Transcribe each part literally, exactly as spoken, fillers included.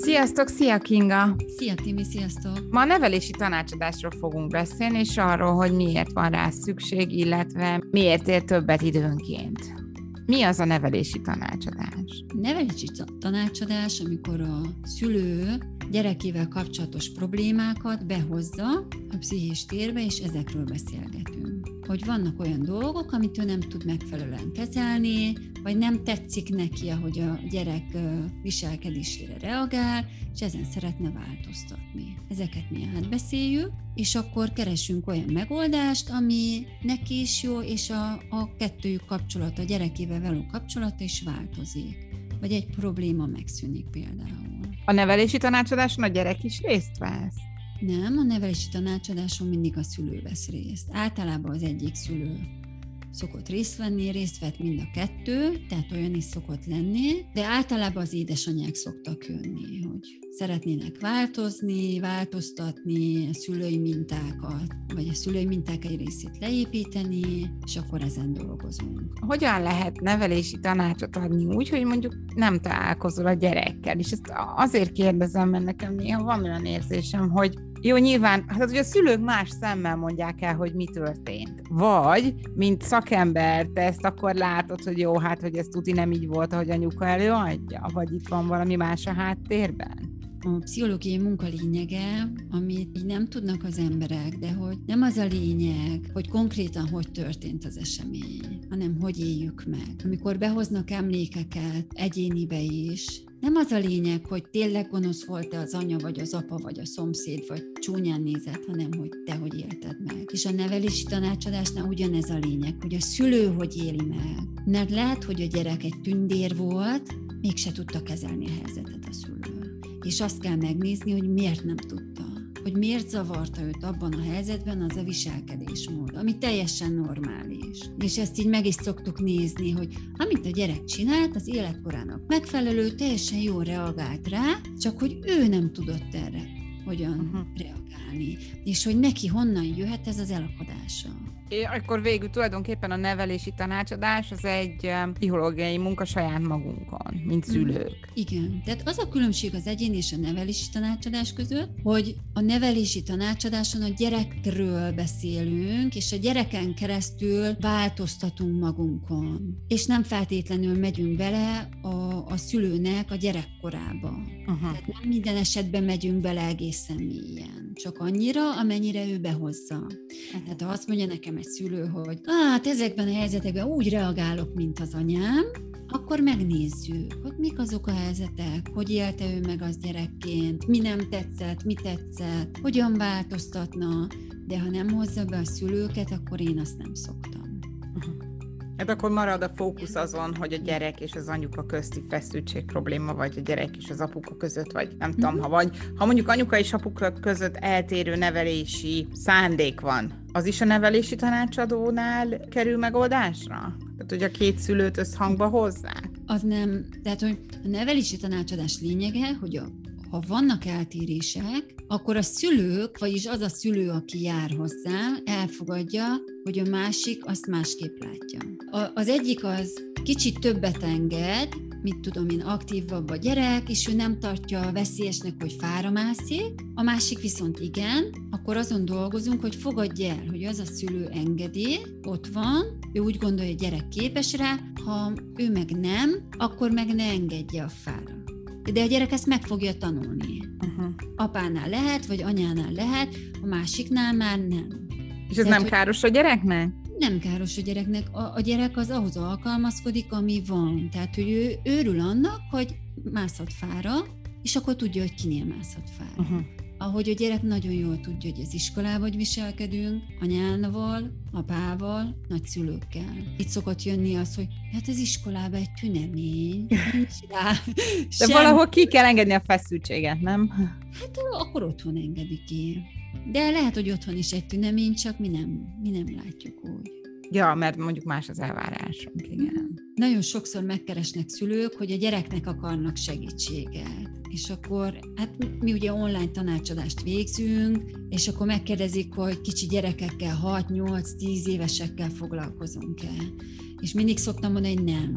Sziasztok, szia Kinga! Szia Timi, sziasztok! Ma a nevelési tanácsadásról fogunk beszélni, és arról, hogy miért van rá szükség, illetve miért ér többet időnként. Mi az a nevelési tanácsadás? Nevelési tanácsadás, amikor a szülő gyerekével kapcsolatos problémákat behozza a pszichés térbe, és ezekről beszélgetünk. Hogy vannak olyan dolgok, amit ő nem tud megfelelően kezelni, vagy nem tetszik neki, ahogy a gyerek viselkedésére reagál, és ezen szeretne változtatni. Ezeket mi átbeszéljük, és akkor keresünk olyan megoldást, ami neki is jó, és a, a kettőjük kapcsolata, a gyerekével való kapcsolata is változik. Vagy egy probléma megszűnik például. A nevelési tanácsadáson a gyerek is részt vesz? Nem, a nevelési tanácsadáson mindig a szülő vesz részt. Általában az egyik szülő szokott részt venni, részt vett mind a kettő, tehát olyan is szokott lenni, de általában az édesanyák szoktak jönni, hogy szeretnének változni, változtatni a szülői mintákat, vagy a szülői minták egy részét leépíteni, és akkor ezen dolgozunk. Hogyan lehet nevelési tanácsot adni úgy, hogy mondjuk nem találkozol a gyerekkel? És ezt azért kérdezem, mert nekem néha van olyan érzésem, hogy jó, nyilván, hát hogy a szülők más szemmel mondják el, hogy mi történt. Vagy, mint szakember, te ezt akkor látod, hogy jó, hát, hogy ez tuti nem így volt, ahogy anyuka előadja, vagy itt van valami más a háttérben? A pszichológiai munka lényege, amit így nem tudnak az emberek, de hogy nem az a lényeg, hogy konkrétan hogy történt az esemény, hanem hogy éljük meg. Amikor behoznak emlékeket egyénibe is, nem az a lényeg, hogy tényleg gonosz volt-e az anya, vagy az apa, vagy a szomszéd, vagy csúnyán nézett, hanem hogy te hogy élted meg. És a nevelési tanácsadásnál ugyanez a lényeg, hogy a szülő hogy éli meg. Mert lehet, hogy a gyerek egy tündér volt, mégse tudta kezelni a helyzetet a szülő. És azt kell megnézni, hogy miért nem tudta. Hogy miért zavarta őt abban a helyzetben az a viselkedésmód, ami teljesen normális. És ezt így meg is szoktuk nézni, hogy amit a gyerek csinált, az életkorának megfelelő, teljesen jól reagált rá, csak hogy ő nem tudott erre hogyan uh-huh. reagálni. És hogy neki honnan jöhet ez az elakadása. És akkor végül tulajdonképpen a nevelési tanácsadás az egy pszichológiai munka saját magunkon, mint szülők. Mm, igen. Tehát az a különbség az egyén és a nevelési tanácsadás között, hogy a nevelési tanácsadáson a gyerekről beszélünk, és a gyereken keresztül változtatunk magunkon. És nem feltétlenül megyünk bele a, a szülőnek a gyerekkorába. Uh-huh. Tehát nem minden esetben megyünk bele egészen mélyen. Csak annyira, amennyire ő behozza. Uh-huh. Tehát ha azt mondja nekem egy szülő, hogy hát ezekben a helyzetekben úgy reagálok, mint az anyám, akkor megnézzük, hogy mik azok a helyzetek, hogy élte ő meg az gyerekként, mi nem tetszett, mi tetszett, hogyan változtatna, de ha nem hozza be a szülőket, akkor én azt nem szoktam. Uh-huh. Hát akkor marad a fókusz azon, hogy a gyerek és az anyuka közti feszültség probléma, vagy a gyerek és az apuka között, vagy nem tudom, uh-huh. ha vagy, ha mondjuk anyuka és apuka között eltérő nevelési szándék van, az is a nevelési tanácsadónál kerül megoldásra? Tehát, hogy a két szülőt összhangba hozzák? Az nem, tehát, hogy a nevelési tanácsadás lényege, hogy a ha vannak eltérések, akkor a szülők, vagyis az a szülő, aki jár hozzá, elfogadja, hogy a másik azt másképp látja. A, az egyik az kicsit többet enged, mit tudom én, aktívabb a gyerek, és ő nem tartja veszélyesnek, hogy fára mászik, a másik viszont igen, akkor azon dolgozunk, hogy fogadja el, hogy az a szülő engedi, ott van, ő úgy gondolja, hogy a gyerek képes rá, ha ő meg nem, akkor meg ne engedje a fára. De a gyerek ezt meg fogja tanulni. Uh-huh. Apánál lehet, vagy anyánál lehet, a másiknál már nem. És ez Tehát, nem káros a gyereknek? Nem káros a gyereknek. A, a gyerek az ahhoz alkalmazkodik, ami van. Tehát, hogy ő őrül annak, hogy mászhat fára, és akkor tudja, hogy kinél mászhat fára. Uh-huh. Ahogy a gyerek nagyon jól tudja, hogy az iskolában hogy viselkedünk, anyával, apával, nagyszülőkkel. Itt szokott jönni az, hogy hát az iskolában egy tünemény, nincs rá. De sem... valahol ki kell engedni a feszültséget, nem? Hát akkor otthon engedi ki. De lehet, hogy otthon is egy tünemény, csak mi nem, mi nem látjuk úgy. Ja, mert mondjuk más az elvárásunk, igen. Nagyon sokszor megkeresnek szülők, hogy a gyereknek akarnak segítséget. És akkor, hát mi ugye online tanácsadást végzünk, és akkor megkérdezik, hogy kicsi gyerekekkel, hat nyolc tíz évesekkel foglalkozunk-e. És mindig szoktam mondani, hogy nem.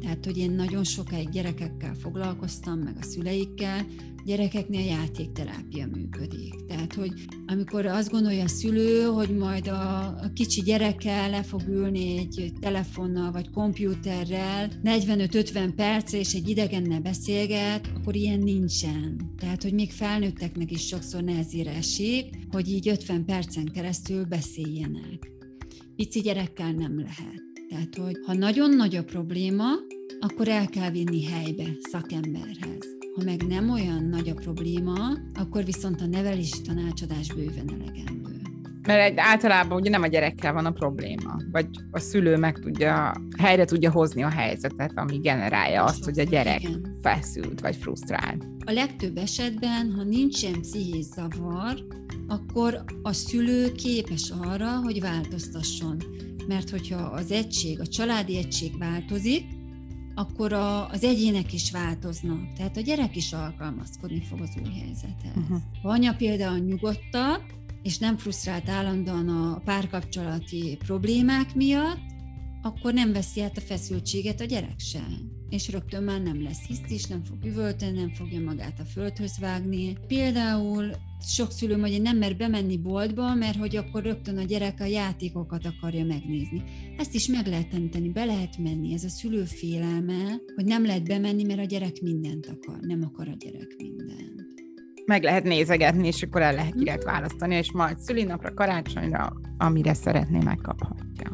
Tehát, hogy én nagyon sokáig gyerekekkel foglalkoztam, meg a szüleikkel, gyerekeknél játékterápia működik. Tehát, hogy amikor azt gondolja a szülő, hogy majd a, a kicsi gyerekkel le fog ülni egy telefonnal vagy kompjúterrel negyvenöt-ötven percre, és egy idegennel beszélget, akkor ilyen nincsen. Tehát, hogy még felnőtteknek is sokszor nehezére esik, hogy így ötven percen keresztül beszéljenek. Pici gyerekkel nem lehet. Tehát, hogy ha nagyon nagy a probléma, akkor el kell vinni helybe, szakemberhez. Ha meg nem olyan nagy a probléma, akkor viszont a nevelési tanácsadás bőven elegendő. Mert egy, általában ugye nem a gyerekkel van a probléma, vagy a szülő meg tudja, helyre tudja hozni a helyzetet, ami generálja azt, hogy a gyerek igen. feszült vagy frusztrált. A legtöbb esetben, ha nincsen pszichés zavar, akkor a szülő képes arra, hogy változtasson. Mert hogyha az egység, a családi egység változik, akkor a, az egyének is változnak. Tehát a gyerek is alkalmazkodni fog az új helyzethez. Uh-huh. Ha anya például nyugodtabb, és nem frusztrált állandóan a párkapcsolati problémák miatt, akkor nem veszi át a feszültséget a gyerek sem. És rögtön már nem lesz hisztis, nem fog üvölteni, nem fogja magát a földhöz vágni. Például sok szülő mondja, hogy nem mer bemenni boltba, mert hogy akkor rögtön a gyerek a játékokat akarja megnézni. Ezt is meg lehet tanítani, be lehet menni. Ez a szülő félelme, hogy nem lehet bemenni, mert a gyerek mindent akar. Nem akar a gyerek mindent. Meg lehet nézegetni, és akkor el lehet kiret választani, és majd szülinapra, karácsonyra, amire szeretné, megkaphatja.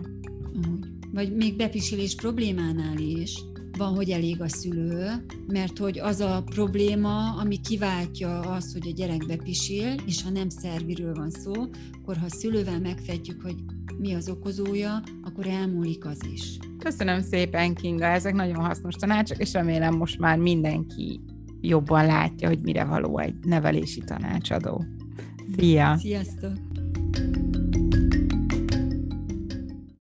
Vagy még bepisilés problémánál is van, hogy elég a szülő, mert hogy az a probléma, ami kiváltja azt, hogy a gyerek bepisil, és ha nem szerviről van szó, akkor ha a szülővel megfedjük, hogy mi az okozója, akkor elmúlik az is. Köszönöm szépen, Kinga, ezek nagyon hasznos tanácsok, és remélem most már mindenki jobban látja, hogy mire való egy nevelési tanácsadó. Szia! Sziasztok!